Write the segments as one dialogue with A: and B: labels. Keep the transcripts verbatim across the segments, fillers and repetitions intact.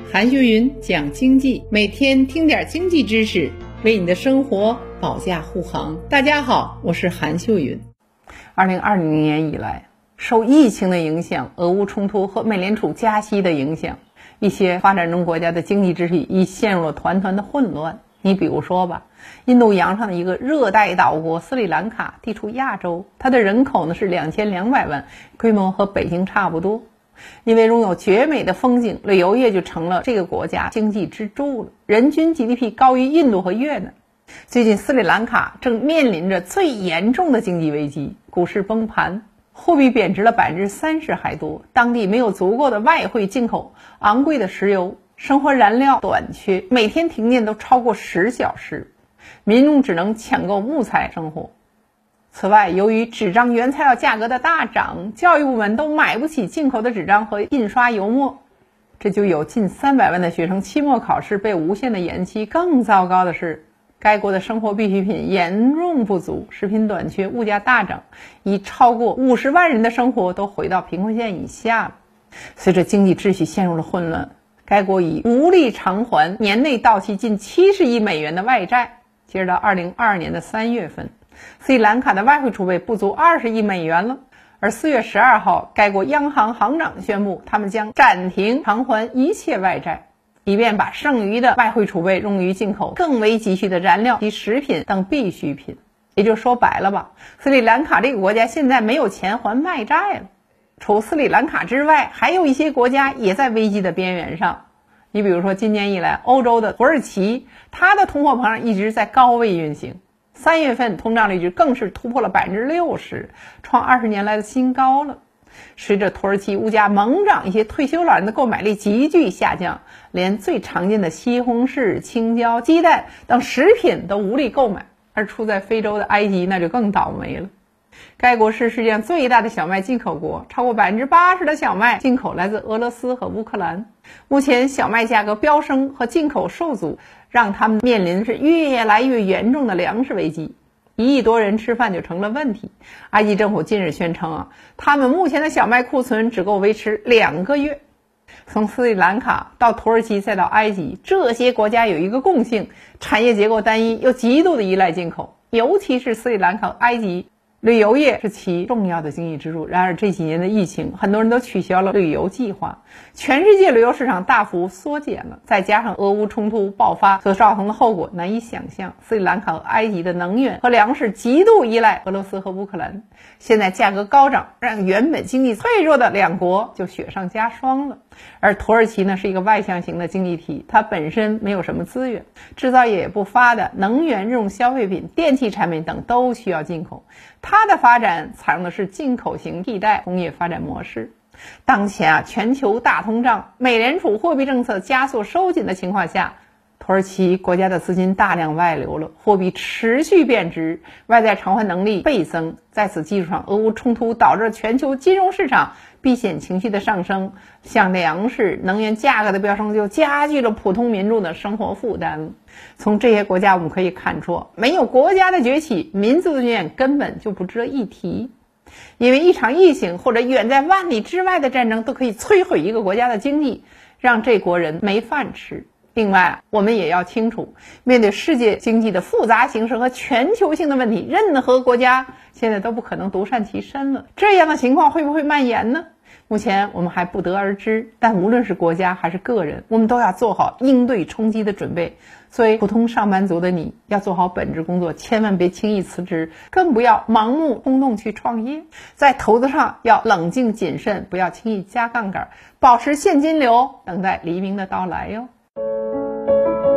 A: 韩秀云讲经济，每天听点经济知识，为你的生活保驾护航。大家好，我是韩秀云。二零二零年以来，受疫情的影响，俄乌冲突和美联储加息的影响，一些发展中国家的经济秩序已陷入了团团的混乱。你比如说吧，印度洋上的一个热带岛国斯里兰卡地处亚洲，它的人口呢是两千两百万，规模和北京差不多。因为拥有绝美的风景，旅游业就成了这个国家经济支柱了，人均 G D P 高于印度和越南。最近斯里兰卡正面临着最严重的经济危机，股市崩盘，货币贬值了 百分之三十 还多，当地没有足够的外汇进口，昂贵的石油，生活燃料短缺，每天停电都超过十小时，民众只能抢购木材生活。此外，由于纸张原材料价格的大涨，教育部门都买不起进口的纸张和印刷油墨，这就有近三百万的学生期末考试被无限的延期。更糟糕的是，该国的生活必需品严重不足，食品短缺，物价大涨，已超过五十万人的生活都回到贫困线以下了。随着经济秩序陷入了混乱，该国已无力偿还年内到期近七十亿美元的外债。截止到二零二二年的三月份，斯里兰卡的外汇储备不足二十亿美元了。而四月十二号，该国央行行长宣布，他们将暂停偿还一切外债，以便把剩余的外汇储备用于进口更为急需的燃料及食品等必需品。也就说白了吧，斯里兰卡这个国家现在没有钱还外债了。除斯里兰卡之外，还有一些国家也在危机的边缘上。你比如说，今年以来，欧洲的土耳其，它的通货膨胀一直在高位运行，三月份通胀率就更是突破了 百分之六十， 创二十年来的新高了。随着土耳其物价猛涨，一些退休老人的购买力急剧下降，连最常见的西红柿、青椒、鸡蛋等食品都无力购买。而处在非洲的埃及那就更倒霉了。该国是世界上最大的小麦进口国，超过 百分之八十 的小麦进口来自俄罗斯和乌克兰。目前小麦价格飙升和进口受阻，让他们面临是越来越严重的粮食危机，一亿多人吃饭就成了问题。埃及政府近日宣称啊，他们目前的小麦库存只够维持两个月。从斯里兰卡到土耳其再到埃及，这些国家有一个共性，产业结构单一，又极度的依赖进口，尤其是斯里兰卡和埃及，旅游业是其重要的经济支柱。然而这几年的疫情，很多人都取消了旅游计划，全世界旅游市场大幅缩减了，再加上俄乌冲突爆发所造成的后果难以想象。斯里兰卡和埃及的能源和粮食极度依赖俄罗斯和乌克兰，现在价格高涨，让原本经济脆弱的两国就雪上加霜了。而土耳其呢，是一个外向型的经济体，它本身没有什么资源，制造业也不发达，能源、日用消费品、电气产品等都需要进口，它的发展采用的是进口型替代工业发展模式。当前啊，全球大通胀，美联储货币政策加速收紧的情况下，土耳其国家的资金大量外流了，货币持续贬值，外债偿还能力倍增。在此基础上，俄乌冲突导致全球金融市场避险情绪的上升，像粮食、能源价格的飙升，就加剧了普通民众的生活负担。从这些国家我们可以看出，没有国家的崛起，民族的尊严根本就不值得一提。因为一场疫情或者远在万里之外的战争都可以摧毁一个国家的经济，让这国人没饭吃。另外，我们也要清楚，面对世界经济的复杂形势和全球性的问题，任何国家现在都不可能独善其身了。这样的情况会不会蔓延呢？目前我们还不得而知，但无论是国家还是个人，我们都要做好应对冲击的准备。作为普通上班族的你，要做好本职工作，千万别轻易辞职，更不要盲目冲动去创业。在投资上要冷静谨慎，不要轻易加杠杆，保持现金流，等待黎明的到来哟。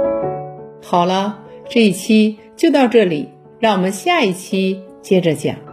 A: 好了，这一期就到这里，让我们下一期接着讲。